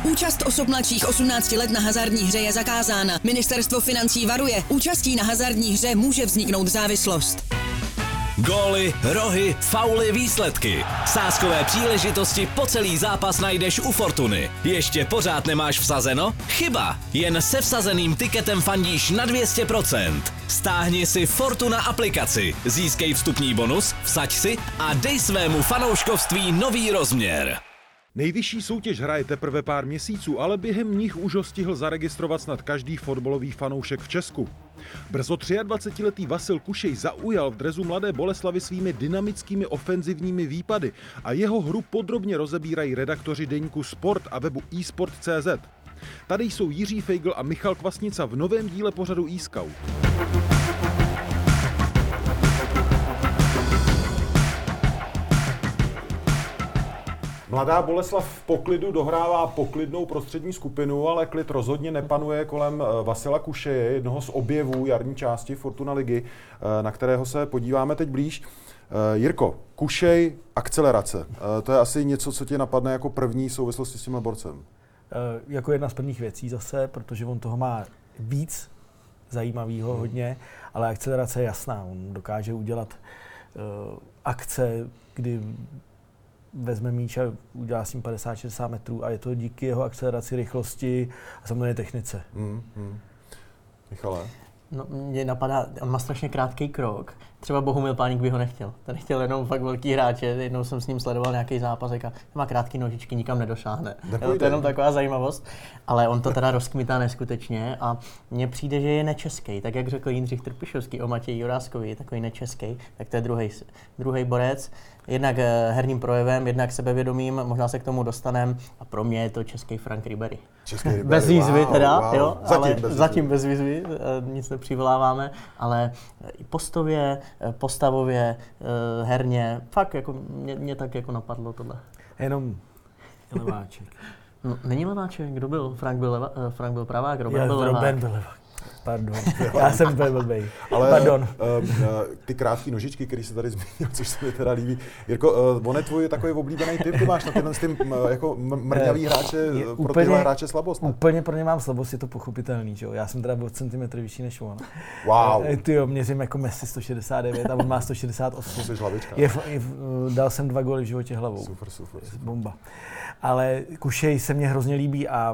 Účast osob mladších 18 let na hazardní hře je zakázána. Ministerstvo financí varuje, účastí na hazardní hře může vzniknout závislost. Góly, rohy, fauly, výsledky. Sázkové příležitosti po celý zápas najdeš u Fortuny. Ještě pořád nemáš vsazeno? Chyba! Jen se vsazeným tiketem fandíš na 200%. Stáhni si Fortuna aplikaci, získej vstupní bonus, vsaď si a dej svému fanouškovství nový rozměr. Nejvyšší soutěž hraje teprve pár měsíců, ale během nich už ho stihl zaregistrovat snad každý fotbalový fanoušek v Česku. Brzo 23letý Vasil Kušej zaujal v dresu Mladé Boleslavi svými dynamickými ofenzivními výpady a jeho hru podrobně rozebírají redaktoři deníku Sport a webu eSport.cz. Tady jsou Jiří Feigl a Michal Kvasnica v novém díle pořadu eScout. Mladá Boleslav v poklidu dohrává poklidnou prostřední skupinu, ale klid rozhodně nepanuje kolem Vasila Kušeje, jednoho z objevů jarní části Fortuna ligy, na kterého se podíváme teď blíž. Jirko, Kušej, akcelerace. To je asi něco, co ti napadne jako první v souvislosti s tímhle borcem. Jako jedna z prvních věcí zase, protože on toho má víc zajímavého hodně, ale akcelerace je jasná. On dokáže udělat akce, kdy vezme míč a udělá s ním 50-60 metrů a je to díky jeho akceleraci, rychlosti a samozřejmě technice. Michale? No, mě napadá, on má strašně krátký krok. Třeba Bohumil Páník by ho nechtěl. Ten chtěl jenom fakt velký hráče. Jednou jsem s ním sledoval nějaký zápas, říká, má krátký nožičky, nikam nedošáhne. To je jenom taková zajímavost. Ale on to teda rozkmitá neskutečně a mně přijde, že je nečeský. Tak jak řekl Jindřich Trpišovský o Matěji Juráskovi, je takový nečeský, tak to je druhý borec. Jednak herním projevem, jednak sebevědomím, možná se k tomu dostaneme. A pro mě je to český Frank Ribery. Bez výzvy teda, jo, zatím bez výzvy, nic nepřivoláváme, ale postově, postavově, herně, fakt jako mě tak jako napadlo tohle. Jenom leváček. No, není leváček, kdo byl? Frank byl pravák, Robben byl levák. Robben byl levák. Pardon, já jsem byl blbej. Ale pardon. Ty krátké nožičky, které se tady zmínil, což se mi teda líbí. Jirko, on je tvůj takový oblíbený typ, ty máš na tyhle s tím jako mrňavý hráče, pro tyhle hráče slabost, ne? Úplně pro ně mám slabost, je to pochopitelný, že jo. Já jsem teda o centimetr vyšší než on. Wow. Tyjo, měřím jako Messi 169 a on má 168. Jsi hlavička. Dal jsem 2 góly v životě hlavou. Super. Bomba. Ale Kušej se mně hrozně líbí a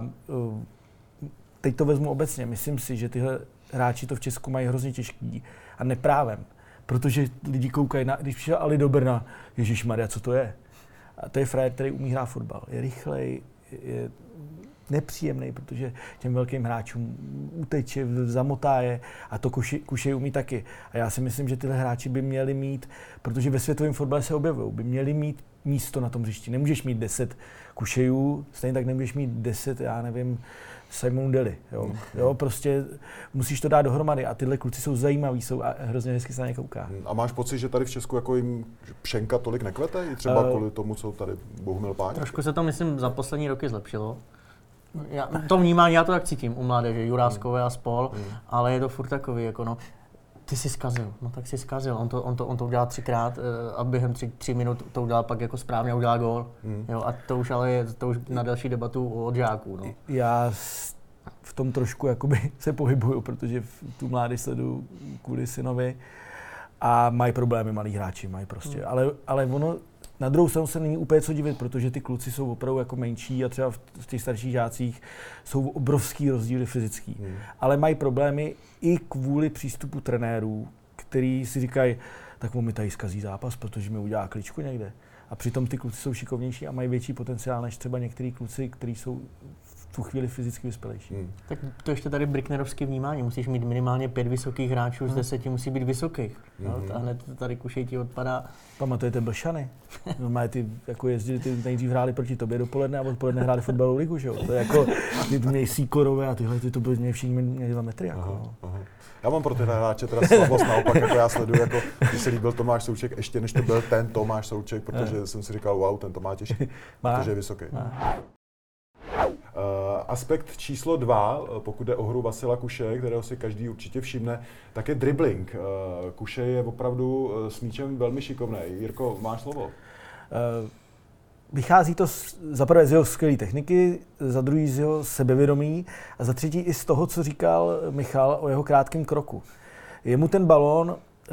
teď to vezmu obecně. Myslím si, že tyhle hráči to v Česku mají hrozně těžký a neprávem, protože lidi koukají na, když přišel Ali do Brna, ježišmarja, co to je? A to je frajer, který umí hrát fotbal. Je rychlej, je nepříjemný, protože těm velkým hráčům uteče, zamotá je a to Kušej umí taky. A já si myslím, že tyhle hráči by měli mít, protože ve světovém fotbale se objevují, by měli mít místo na tom hřišti. Nemůžeš mít 10 Kušejů, stejně tak nemůžeš mít 10, já nevím, Simonu Deli. Jo, prostě musíš to dát dohromady a tyhle kluci jsou zajímaví, jsou a hrozně hezky se na ně kouká. A máš pocit, že tady v Česku jako jim pšenka tolik nekvete? I třeba kvůli tomu, co tady Bohumil Páník? Trošku se to, myslím, za poslední roky zlepšilo. To vnímání, já to tak cítím u mládeže, Juráskové a spol, ale je to furt takový, jako no, ty jsi zkazil, no tak jsi zkazil, on to udělá 3krát a během 3 minut to udělá pak jako správně a udělá gól. Jo, a to už ale je to už na další debatu od žáků. No. Já v tom trošku jakoby se pohybuju, protože tu mládež sleduju kvůli synovi a mají problémy, malí hráči mají prostě, ale ono na druhou stranu se není úplně co divit, protože ty kluci jsou opravdu jako menší a třeba v těch starších žácích jsou obrovský rozdíly fyzický. Ale mají problémy i kvůli přístupu trenérů, který si říkají, tak on mi tady zkazí zápas, protože mi udělá kličku někde. A přitom ty kluci jsou šikovnější a mají větší potenciál než třeba některý kluci, kteří jsou v tu chvíli fyzicky vyspělejší. Tak to ještě tady Bricknerovské vnímání. Musíš mít minimálně 5 vysokých hráčů, z 10 musí být vysokých. A hned tady Kušej ti odpadá. Pamatujete Blšany? No, ty jako jezdili, ty nejdřív hráli proti tobě dopoledne a odpoledne hráli fotbalovou ligu, že jo? To je jako, ty měli Síkorové a tyhle, to byly všichni měli 2 metry. Jako. Aha. Já mám pro tyhle hráče teda slabost, naopak, jako já sleduju, jako když se líbil Tomáš Souček, ještě než to byl ten Tomáš Souček, protože jsem si říkal, wow, ten to má těžký, protože je vysoký. Aspekt číslo 2, pokud jde o hru Vasila Kušeje, kterého si každý určitě všimne, tak je dribbling. Kušej je opravdu s míčem velmi šikovný. Jirko, máš slovo? vychází to za prvé z jeho skvělé techniky, za druhý z jeho sebevědomí a za třetí i z toho, co říkal Michal o jeho krátkém kroku. Jemu ten balón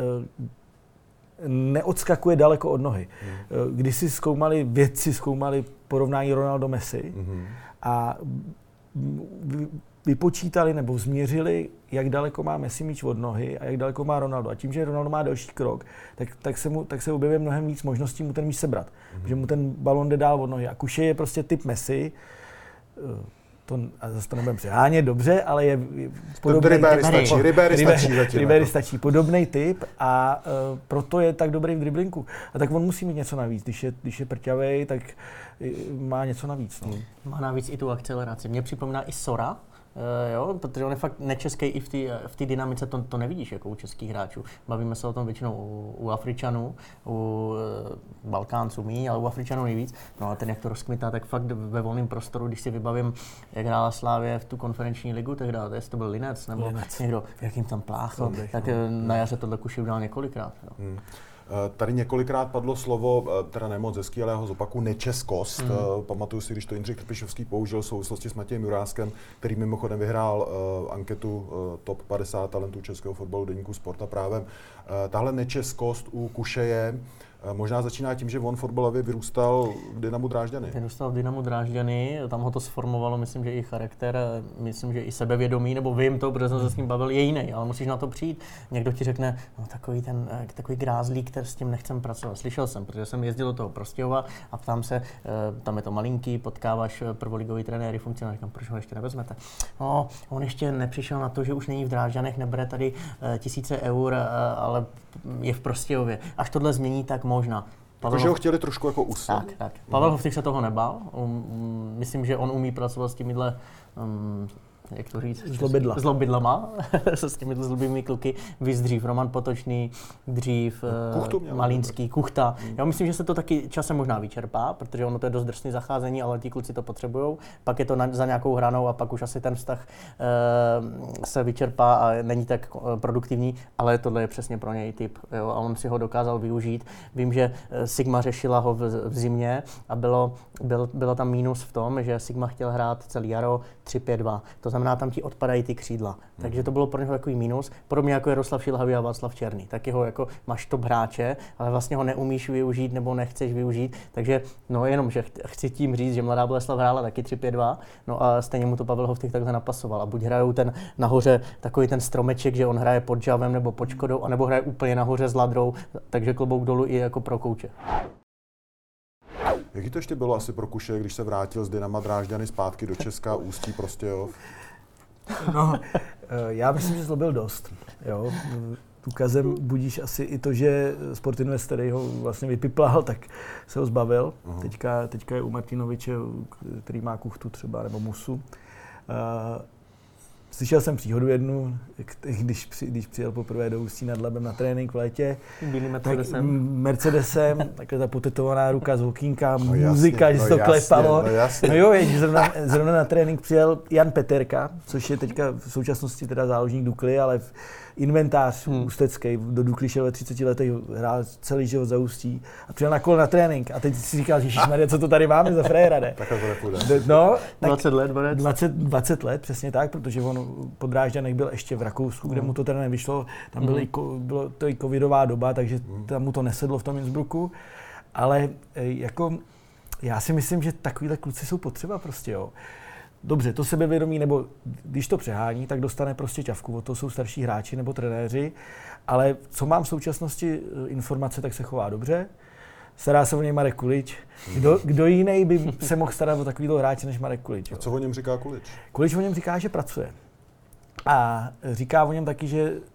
neodskakuje daleko od nohy. Když si vědci zkoumali porovnání Ronaldo-Messi a vypočítali nebo změřili, jak daleko má Messi míč od nohy a jak daleko má Ronaldo. A tím, že Ronaldo má delší krok, tak se objeví mnohem víc možností mu ten míč sebrat. Protože mu ten balón jde dál od nohy. A Kušej je prostě typ Messi, a zase to nebudeme přehánět, dobře, ale je podobný Ribéry stačí. Podobný typ a proto je tak dobrý v driblinku. A tak on musí mít něco navíc. Když je prťavej, tak má něco navíc. No. Má navíc i tu akceleraci. Mně připomíná i Sora, jo, protože on je fakt nečeský i v té dynamice, to nevidíš jako u českých hráčů. Bavíme se o tom většinou u Afričanů, u Balkánců míň, ale u Afričanů nejvíc. No a ten, jak to rozkmitá, tak fakt ve volném prostoru, když si vybavím, jak hrála Slavie v tu konferenční ligu, tehdy, jestli to byl Linec nebo někdo, jak jim tam pláchl, tak na jaře tohle Kuši udal několikrát. No. Tady několikrát padlo slovo, teda nemoc hezký, ale já ho zopakuju, nečeskost. Pamatuju si, když to Jindřich Trpišovský použil v souvislosti s Matějem Juráskem, který mimochodem vyhrál anketu Top 50 talentů českého fotbalu deníku Sport a právem. Tahle nečeskost u Kušeje možná začíná tím, že on fotbalově vyrůstal v Dynamu Drážďany. Vyrůstal v Dynamu Drážďany, tam ho to sformovalo, myslím, že i charakter, myslím, že i sebevědomí, nebo vím to, protože jsem se s ním bavil, je jiný, ale musíš na to přijít. Někdo ti řekne, no takový grázlík, který s tím nechcem pracovat. Slyšel jsem, protože jsem jezdil do toho Prostějova a ptám se, tam je to malinký, potkáváš prvoligový trenéry, funkcionáři, říkám, proč ho ještě nevezmete? No, on ještě nepřišel na to, že už není v Drážďanech, nebere tady tisíce eur, ale je v Prostějově. Až tohle změní, tak možná. Protože ho chtěli trošku jako usnout. Tak. Pavel Hovtych se toho nebál. Myslím, že on umí pracovat s těmihle, jak to říct? Zlobydlama. S těmi zlobými kluky. Víc dřív Roman Potočný, dřív Malínský, Kuchta. Já myslím, že se to taky časem možná vyčerpá, protože ono to je dost drsný zacházení, ale ti kluci to potřebujou. Pak je to za nějakou hranou a pak už asi ten vztah se vyčerpá a není tak produktivní, ale tohle je přesně pro něj typ. Jo? A on si ho dokázal využít. Vím, že Sigma řešila ho v zimě a bylo tam mínus v tom, že Sigma chtěl hrát celý jaro 3-5-2. To znamená, tam ti odpadají ty křídla. Takže to bylo pro něho takový mínus. Podobně jako Jaroslav Šilhavý a Václav Černý. Taky ho jako máš top hráče, ale vlastně ho neumíš využít nebo nechceš využít. Takže no jenom, že chci tím říct, že Mladá Boleslav hrála taky 3-5-2, no a stejně mu to Pavel Hovtych takhle napasoval. A buď hrajou ten nahoře takový ten stromeček, že on hraje pod Žavem nebo pod Škodou, anebo hraje úplně nahoře s Ladrou, takže klobouk dolů i jako pro kouče. Jaký to ještě bylo asi pro Kuše, když se vrátil z Dynama Drážďany zpátky do Česka, Ústí, Prostějov? No, já myslím, že zlobil dost. Jo. Důkazem budíš asi i to, že Sportinvest, který ho vlastně vypiplal, tak se ho zbavil. Teďka je u Martinoviče, který má Kuchtu třeba, nebo Musu. Slyšel jsem příhodu jednu, když přijel poprvé do Ústí nad Labem na trénink v létě. Mercedesem, takhle ta potetovaná ruka z okýnka, muzika, že se to klepalo. No jo, zrovna na trénink přijel Jan Peterka, což je teďka v současnosti teda záložník Dukly, ale inventář ústecký, do Dukly šel ve 30 letech, hrál celý život za Ústí a přijel na kolo na trénink a teď si říkal, ježišmarja, co to tady máme za frajera, ne? Tak to nepůjde. No, 20 let, 20 let, přesně tak, protože on po Drážďanech byl ještě v Rakousku, kde mu to teda nevyšlo, tam bylo to i covidová doba, takže tam mu to nesedlo v tom Innsbrucku, ale jako já si myslím, že takovýhle kluci jsou potřeba prostě, jo. Dobře, to sebevědomí, nebo když to přehání, tak dostane prostě ťavku, o to jsou starší hráči nebo trenéři, ale co mám v současnosti informace, tak se chová dobře, stará se o něj Marek Kulič. Kdo jiný by se mohl starat o takovýhle hráče než Marek Kulič? A co o něm říká Kulič? Kulič o něm říká, že pracuje. A říká o něm taky,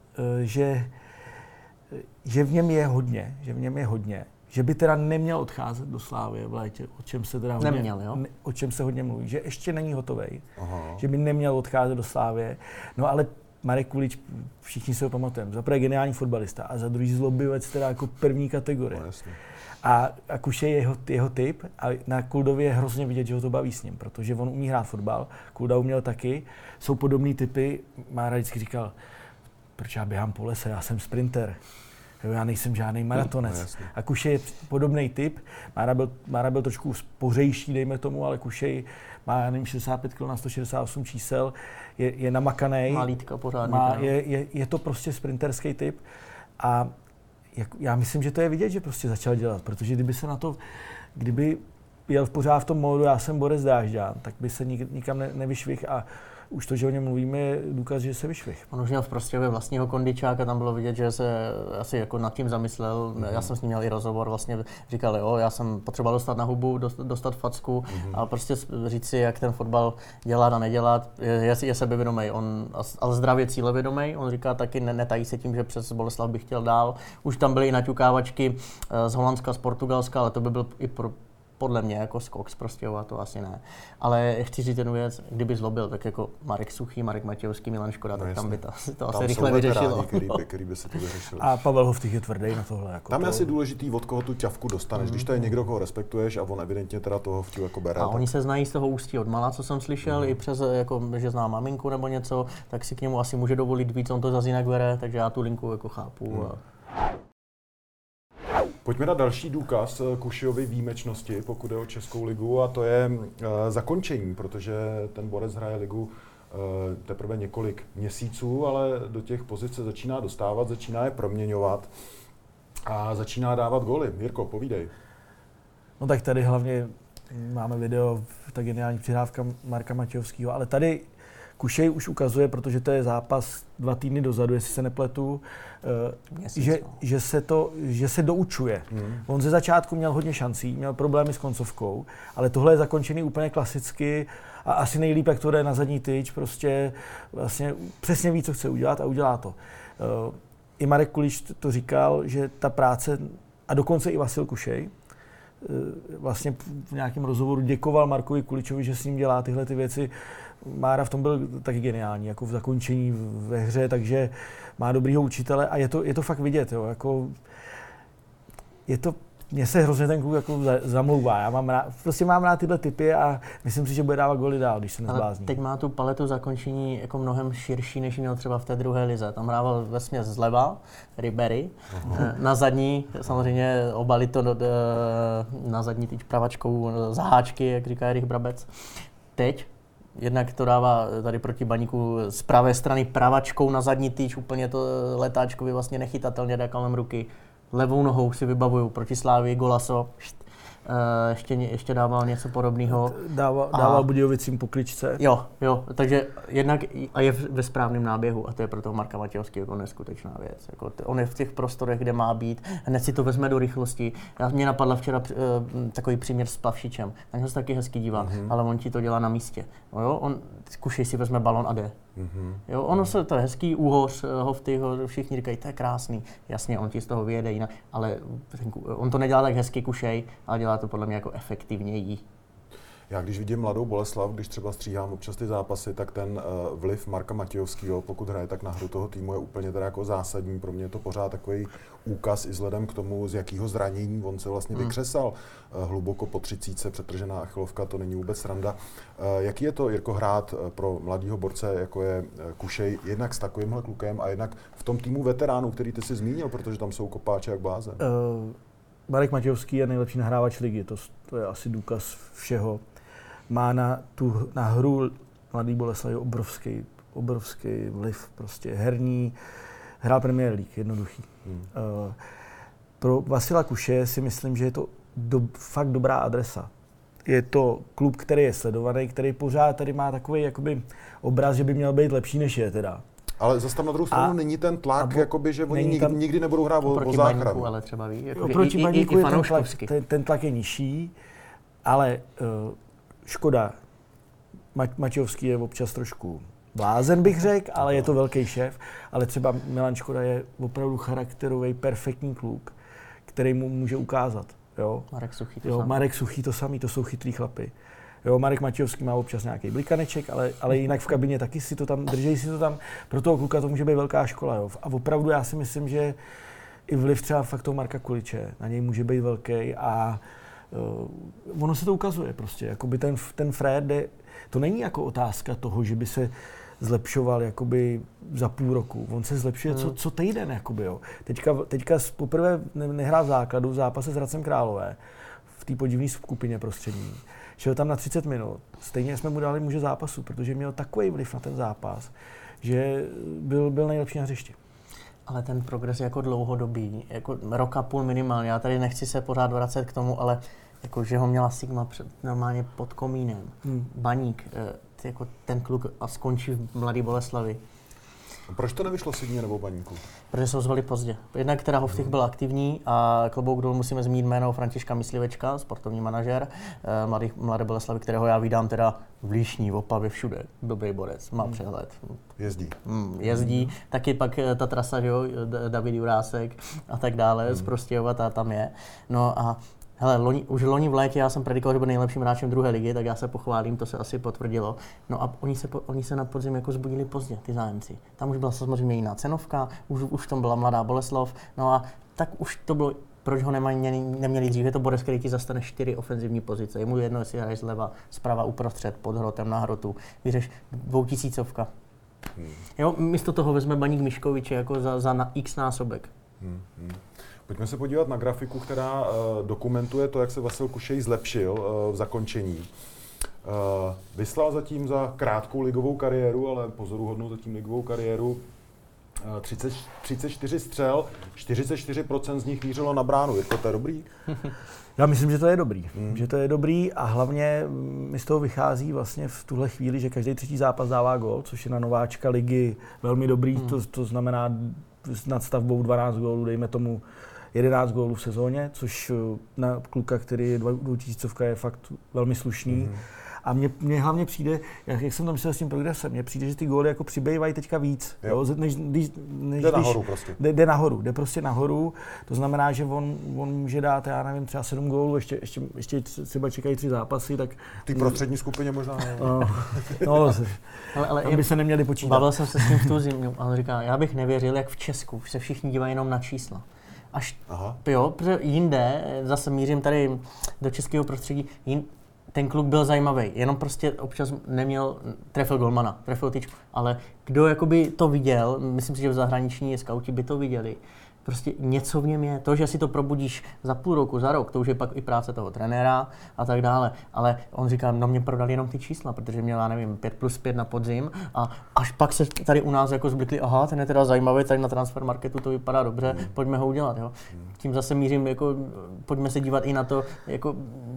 že v něm je hodně, že by teda neměl odcházet do Slávie v létě, o čem se hodně mluví, že ještě není hotovej, že by neměl odcházet do Slávie. No ale Marek Kulič, všichni si ho pamatujeme, za prvé geniální fotbalista a za druhý zlobivec teda jako první kategorie. No, a Kušej je jeho typ a na Kuldově je hrozně vidět, že ho to baví s ním, protože on umí hrát fotbal, Kulda uměl taky, jsou podobný typy, Mára vždycky říkal, proč já běhám po lese, já jsem sprinter. Jo, já nejsem žádný maratonec. No, a Kušej je podobný typ. Mára byl trošku spořejší, dejme tomu, ale Kušej má, já nevím, 65 kg na 168 čísel, je namakanej. Má lítka pořádně. Je to prostě sprinterský typ. A já myslím, že to je vidět, že prostě začal dělat, protože kdyby jel pořád v tom módu, já jsem Borec Drážďan, tak by se nikam nevyšvih a už to, že o něm mluvíme, je důkaz, že se vyšvih. On už měl v Prostějově vlastního kondičáka, tam bylo vidět, že se asi jako nad tím zamyslel. Já jsem s ním měl i rozhovor, vlastně říkal, jo, já jsem potřeboval dostat na hubu, dostat facku a prostě říct si, jak ten fotbal dělat a nedělat. Je sebevědomý, ale zdravě cílevědomý. On říká taky, netají se tím, že přes Boleslav by chtěl dál. Už tam byly i naťukávačky z Holandska, z Portugalska, ale to by byl i podle mě jako skok z Prostějova, to asi ne. Ale chci říct jednu věc, kdyby zlobil, tak jako Marek Suchý, Marek Matějovský, Milan Škoda, tak tam by to asi rychle vyřešilo. Který by se to vyřešili. A Pavel Hovtych je tvrdý na tohle. Jako tam je asi důležitý, od koho tu ťavku dostaneš. Když to je někdo, koho respektuješ a on evidentně teda toho Hovťu jako bere. A oni se znají z toho Ústí od mala, co jsem slyšel, i přes, jako, že zná maminku nebo něco, tak si k němu asi může dovolit víc, on to zase jinak bere, takže já tu linku jako chápu. Pojďme na další důkaz Kušejovy výjimečnosti, pokud je o Českou ligu, a to je zakončení, protože ten Borec hraje ligu teprve několik měsíců, ale do těch pozic se začíná dostávat, začíná je proměňovat a začíná dávat góly. Jirko, povídej. No tak tady hlavně máme video, ta geniální přihrávka Marka Matějovského, ale tady Kušej už ukazuje, protože to je zápas 2 týdny dozadu, jestli se nepletu, že se doučuje. On ze začátku měl hodně šancí, měl problémy s koncovkou, ale tohle je zakončený úplně klasicky a asi nejlíp, jak to jde na zadní tyč, prostě vlastně přesně ví, co chce udělat a udělá to. I Marek Kulič to říkal, že ta práce, a dokonce i Vasil Kušej, vlastně v nějakém rozhovoru děkoval Markovi Kuličovi, že s ním dělá tyhle ty věci. Mára v tom byl taky geniální, jako v zakončení ve hře, takže má dobrýho učitele a je to fakt vidět, jo, jako mně se hrozně ten kluk jako zamlouvá. Já mám rád tyhle typy a myslím si, že bude dávat góly dál, když se nezblázní. Teď má tu paletu zakončení jako mnohem širší, než měl třeba v té druhé lize. Tam hrával vesměs zleva, Ribery, na zadní, samozřejmě obali to na zadní tyč pravačkou zaháčky, jak říká Erich Brabec. Teď jednak to dává tady proti Baníku z pravé strany pravačkou na zadní tyč, úplně to letáčkovi vlastně nechytatelně jde kolem ruky. Levou nohou si vybavuju proti Slávii Golaso, ještě dával něco podobného. Dával Budějovicím pokličce. Jo, takže jednak a je ve správném náběhu a to je pro toho Marka Matějovského jako neskutečná věc. Jako on je v těch prostorech, kde má být, hned si to vezme do rychlosti. Mě napadla včera takový příměr s Plavšičem, na něho se taky hezky dívá, ale on ti to dělá na místě. No jo, on Kušej si vezme balon a jde. Jo, to je hezký úhoř, Hovty, všichni říkají, to je krásný. Jasně, on ti z toho vyjede jinak, ale on to nedělá tak hezky Kušej, ale dělá to podle mě jako efektivněji. Já když vidím Mladou Boleslav, když třeba stříhám občas ty zápasy, tak ten vliv Marka Matějovského, pokud hraje tak na hru toho týmu, je úplně teda jako zásadní. Pro mě je to pořád takový úkaz i vzhledem k tomu, z jakého zranění on se vlastně vykřesal. Hluboko po 30, přetržená achilovka, to není vůbec sranda. Jaký je to, Jirko, hrát pro mladýho borce, jako je Kušej, jednak s takovýmhle klukem a jednak v tom týmu veteránů, který ty jsi zmínil, protože tam jsou kopáče jak blázen? Marek Matějovský je nejlepší nahrávač ligy, to je asi důkaz všeho. Má na hru Mladý Boleslav obrovský vliv, prostě herní, hrál Premier League, jednoduchý. Pro Vasila Kušeje si myslím, že je to fakt dobrá adresa. Je to klub, který je sledovaný, který pořád tady má takový jakoby obraz, že by měl být lepší, než je teda. Ale zase tam na druhou stranu není ten tlak, jakoby, že oni nikdy nebudou hrát o záchranu. Ale třeba ví, jako proti Baníku ten tlak je nižší, ale Škoda, Matějovský je občas trošku blázen, bych řekl, ale je to velký šéf. Ale třeba Milan Škoda je opravdu charakterový, perfektní kluk, který mu může ukázat. Jo? Marek Suchý to samý, to jsou chytrý chlapy. Jo, Marek Matějovský má občas nějaký blikaneček, ale jinak v kabině taky si to tam, drží si to tam. Pro toho kluka to může být velká škola. Jo? A opravdu já si myslím, že i vliv třeba fakt toho Marka Kuliče na něj může být velký a ono se to ukazuje prostě, jakoby ten Fred, to není jako otázka toho, že by se zlepšoval jakoby za půl roku. On se zlepšuje co týden, jakoby, jo. Teďka poprvé nehrál v základu v zápase s Hradcem Králové v té podivné skupině prostřední. Šel tam na 30 minut. Stejně jsme mu dali muže zápasu, protože měl takový vliv na ten zápas, že byl nejlepší na hřišti. Ale ten progres je jako dlouhodobý, jako rok a půl minimálně. Já tady nechci se pořád vracet k tomu, ale jako, že ho měla Sigma normálně pod komínem. Baník, jako ten kluk a skončí v Mladé Boleslavi. Proč to nevyšlo Sigmě nebo Baníku? Protože se ho zvali pozdě. Jednak teda Hovtych byl aktivní a klobouk dolů musíme zmínit jméno Františka Myslivečka, sportovní manažer Mladé Boleslavy, kterého já vídám teda v Líšni, v Opavě, všude. Dobrý borec, má přehled. Jezdí. Taky pak ta trasa, že jo, David Jurásek a tak dále, z Prostějova, ta tam je. No a hele, už loni v létě já jsem predikoval, že byl nejlepším hráčem druhé ligy, tak já se pochválím, to se asi potvrdilo. No a oni se na podzim jako zbudili pozdě, ty zájemci. Tam už byla samozřejmě jiná cenovka, už tam byla Mladá Boleslav, no a tak už to bylo, proč ho neměli dřív, je to borec, který ti zastane 4 ofenzivní pozice. Je mu jedno, jestli hraješ zleva, zprava, uprostřed, pod hrotem, na hrotu, vyřeš 2000. Jo, místo toho vezme Baník Miškoviče jako za x násobek. Pojďme se podívat na grafiku, která dokumentuje to, jak se Vasil Kušej zlepšil v zakončení. Vyslal zatím za krátkou ligovou kariéru, ale pozoruhodnou zatím ligovou kariéru, 34 střel, 44% z nich mířilo na bránu. Je to dobrý? Já myslím, že to je dobrý. Že to je dobrý a hlavně mi z toho vychází vlastně v tuhle chvíli, že každý třetí zápas dává gól, což je na nováčka ligy velmi dobrý. To znamená s nadstavbou 12 gólů, dejme tomu 11 gólů v sezóně, což na kluka, který je 2000, je fakt velmi slušný. A mně hlavně přijde, jak jsem to myslel s tím progresem, mně přijde, že ty góly jako přibývají teďka víc. Jo? Jde nahoru prostě. Jde prostě nahoru. To znamená, že on může dát, já nevím, třeba 7 gólů, ještě třeba čekají 3 zápasy, tak... Ty prostřední skupině možná. Ale tam by se neměli počítat. Bavil jsem se s ním v tu zimu, ale říká, já bych nevěřil, jak v Česku se všichni dívají jenom na čísla. Jo, protože jinde, zase mířím tady do českého prostředí, ten kluk byl zajímavý, jenom prostě občas trefil golmana, trefil tyčku, ale kdo jakoby to viděl, myslím si, že v zahraniční skauti by to viděli, prostě něco v něm je. To, že si to probudíš za půl roku, za rok, to už je pak i práce toho trenéra a tak dále. Ale on říká, no mě prodali jenom ty čísla, protože měl, já nevím, 5+5 na podzim a až pak se tady u nás jako zblikli, aha, ten je teda zajímavý, tady na Transfermarketu to vypadá dobře, pojďme ho udělat, jo. Tím zase mířím, jako, pojďme se dívat i na to, jako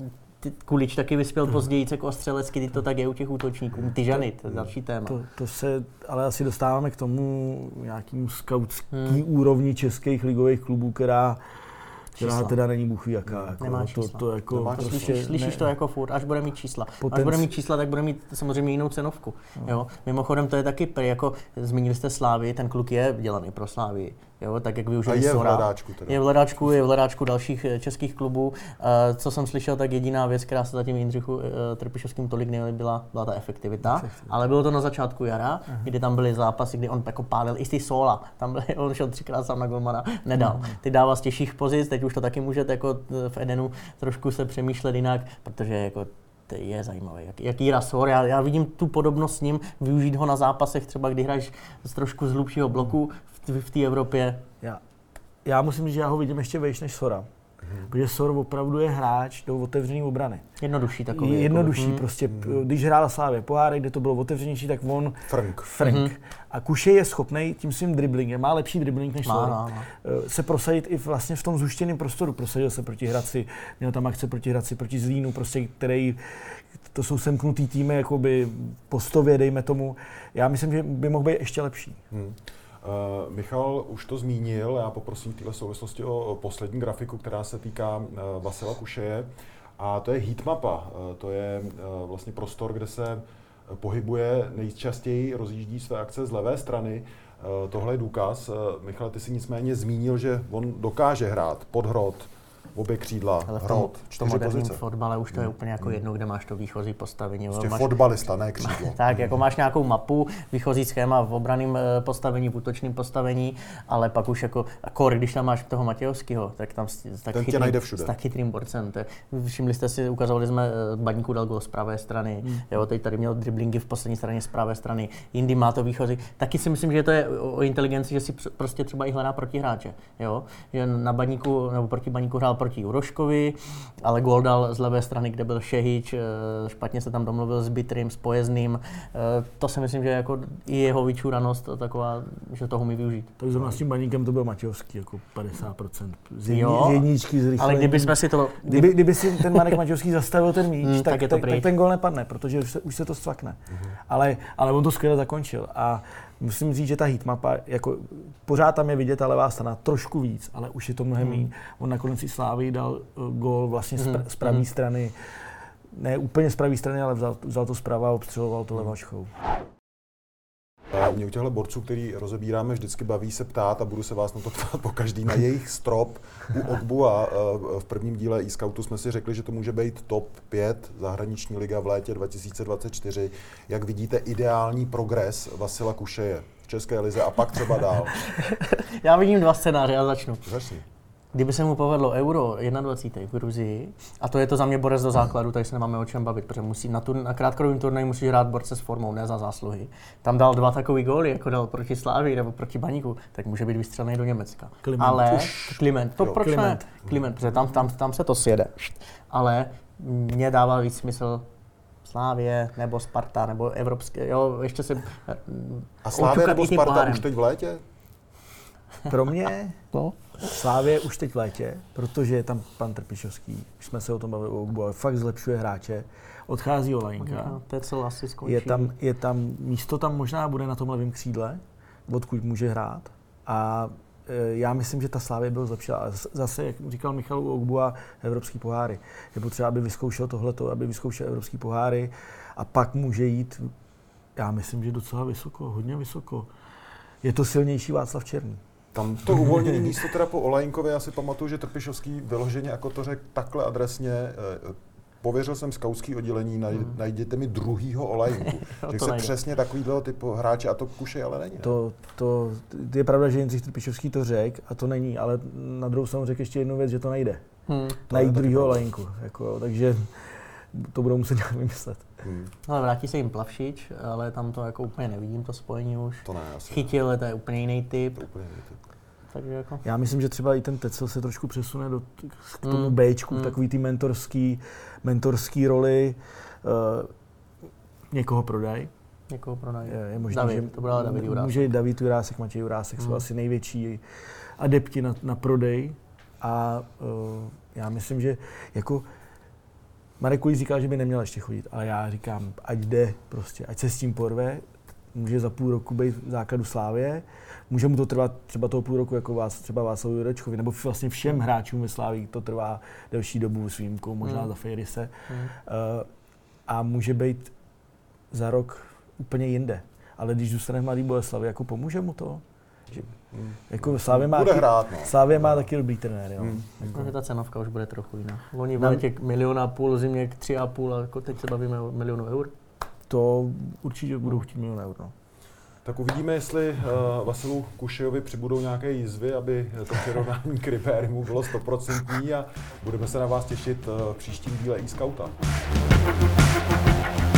Kulič taky vyspěl později jako střelecky, ty to tak je u těch útočníků. Tyžany, to je další téma. To se ale asi dostáváme k tomu nějakým skautský úrovni českých ligových klubů, která teda není bůhví jaká. Nemá čísla. Slyšíš to jako furt, až bude mít čísla. Až bude mít čísla, tak bude mít samozřejmě jinou cenovku. Jo? Mimochodem to je taky, jako zmínili jste Slávy, ten kluk je dělaný pro Slávy. Jo, tak jak využili Sora. Je v hledáčku dalších českých klubů. Co jsem slyšel, tak jediná věc, která se zatím Jindřichu Trpišovským tolik nelíbila, byla ta efektivita. Ale bylo to na začátku jara, kdy tam byly zápasy, kdy on jako pálil i ty sóla. Tam on šel 3krát sám na golmana, nedal. Ty dával z těžších pozic, teď už to taky můžete jako v Edenu trošku se přemýšlet jinak, protože jako je zajímavý, jaký rasor. Já vidím tu podobnost s ním, využít ho na zápasech, třeba kdy hraješ trošku z hlubšího bloku v té Evropě. Já musím říct, že já ho vidím ještě vejš než Sora. Protože Sor opravdu je hráč do otevřené obrany. Jednodušší takový. Jednodušší, prostě, když hrála Slávě pohárek, kde to bylo otevřenější, tak on... Frank. A Kušej je schopnej tím svým driblingem, má lepší dribbling než Sor, se prosadit i vlastně v tom zúštěném prostoru. Prosadil se proti Hradci, měl tam akce proti Hradci, proti Zlínu, prostě, to jsou semknutý týmy, jakoby postově, dejme tomu. Já myslím, že by mohl být ještě lepší. Michal už to zmínil, já poprosím v této souvislosti o poslední grafiku, která se týká Vasila Kušeje. A to je heatmapa, to je vlastně prostor, kde se pohybuje nejčastěji, rozjíždí své akce z levé strany. Tohle je důkaz. Michal, ty si nicméně zmínil, že on dokáže hrát podhrot, obě křídla, ale hrot, v tom 4 moderním pozice. fotbale už to je úplně jako jedno, kde máš to výchozí postavení. Prostě fotbalista, ne křídlo. Tak, jako máš nějakou mapu, výchozí schéma v obranném postavení, v útočném postavení, ale pak už jako, když tam máš toho Matějovského, tak tam s tak chytrým borcem. Všimli jste si, ukazovali jsme, Baníku dal gól z pravé strany, jo, teď tady měl driblingy v poslední straně z pravé strany, jindy má to výchozí. Taky si myslím, že to je o inteligenci, že si prostě třeba i hledá protihráče, jo, že na Baníku nebo proti Baníku hrál proti Juroškovi, ale gól dal z levé strany, kde byl Šehič, špatně se tam domluvil s Bitrym, s Pojezdným. To si myslím, že jako i jeho vyčuranost taková, že toho umí využít. Tak zrovna s tím Baníkem to byl Matějovský, jako 50%. Z jedničky, z rychlení. Ale kdybychom si to... Kdyby si ten Marek Matějovský zastavil ten míč, tak ten gól nepadne, protože už se to stvakne. Ale on to skvěle zakončil. A musím říct, že ta heatmapa, jako pořád tam je vidět ta levá strana trošku víc, ale už je to mnohem méně. On nakonec i Slávii dal gól vlastně z pravé strany. Ne úplně z pravé strany, ale vzal to zprava a obstřeloval to levačkou. Mě u těchto borců, který rozebíráme, vždycky baví se ptát a budu se vás na to ptát po každý na jejich strop u Ogbu a v prvním díle e-Scoutu jsme si řekli, že to může být top 5 zahraniční liga v létě 2024. Jak vidíte ideální progres Vasila Kušeje v České lize a pak třeba dál? Já vidím 2 scénáře, já začnu. Začni. Kdyby se mu povedlo Euro 21. v Gruzii, a to je to za mě borec do základu, tady se nemáme o čem bavit, protože na krátkodobém turnaji musí hrát borce s formou, ne za zásluhy. Tam dal 2 takový góly, jako dal proti Slávii nebo proti Baníku, tak může být vystřelený do Německa. Kliment, proč ne? Kliment, protože tam se to sjede. Ale mě dává víc smysl Slávie, nebo Sparta, nebo evropské, jo, ještě se... A Slávie nebo Sparta už teď v létě? Pro mě Slávie už teď v létě, protože je tam pan Trpišovský, už jsme se o tom bavili o Ogbu, ale fakt zlepšuje hráče, odchází Olajnka, Tecel asi skončí. je tam místo tam možná bude na tom levém křídle, odkud může hrát a já myslím, že ta Slávie byl zlepšila. A zase, jak říkal Michal u Ogbu a evropský poháry, je potřeba, aby vyzkoušel tohleto, aby vyzkoušel evropský poháry a pak může jít, já myslím, že docela vysoko, hodně vysoko. Je to silnější Václav Černý. Tam to uvolněné místo teda po Olajnkovi, já si pamatuju, že Trpišovský vyloženě jako to řekl takhle adresně, pověřil jsem skautský oddělení, najděte mi druhýho Olajnku. Řekl se přesně takovýhle typu hráče a to Kušej ale není. To je pravda, že Jindřich Trpišovský to řekl a to není, ale na druhou stranu řekl ještě jednu věc, že to nejde. Najít druhýho Olajnku, jako, takže to budou muset nějak vymyslet. Ale vrátí se jim Plavšič, ale tam to jako úplně nevidím, to spojení už. To ne, asi Chytil, to je úplně jiný typ. Takže jako... Já myslím, že třeba i ten Tecel se trošku přesune k tomu Bčku, takový ty mentorský roli. Někoho prodají. Je možné, že to byl David Jurásek. Může David Jurásek, Matěj Jurásek jsou asi největší adepti na prodej. A já myslím, že jako Marek Kulič říkal, že by neměl ještě chodit, ale já říkám, ať jde prostě, ať se s tím porve, může za půl roku být v základu Slávie, může mu to trvat třeba toho půl roku jako třeba Václavu Jurečkovi, nebo vlastně všem hráčům ve Slávii to trvá delší dobu s výjimkou, možná za Fejrise. A může být za rok úplně jinde. Ale když zůstane v Mladé Boleslavi, jako pomůže mu to? Jako Slávě má taky dobrý trenér, jo. Takže ta cenovka už bude trochu jiná. Oni v létě 1,5 milionu, zimě 3,5 a jako teď se bavíme o 1 milionu eur. To určitě budou chtít 1 milion eur. No. Tak uvidíme, jestli Vasilu Kušejovi přibudou nějaké jizvy, aby to přirovnání k Ribérimu bylo 100% a budeme se na vás těšit v příštím díle e-Scouta.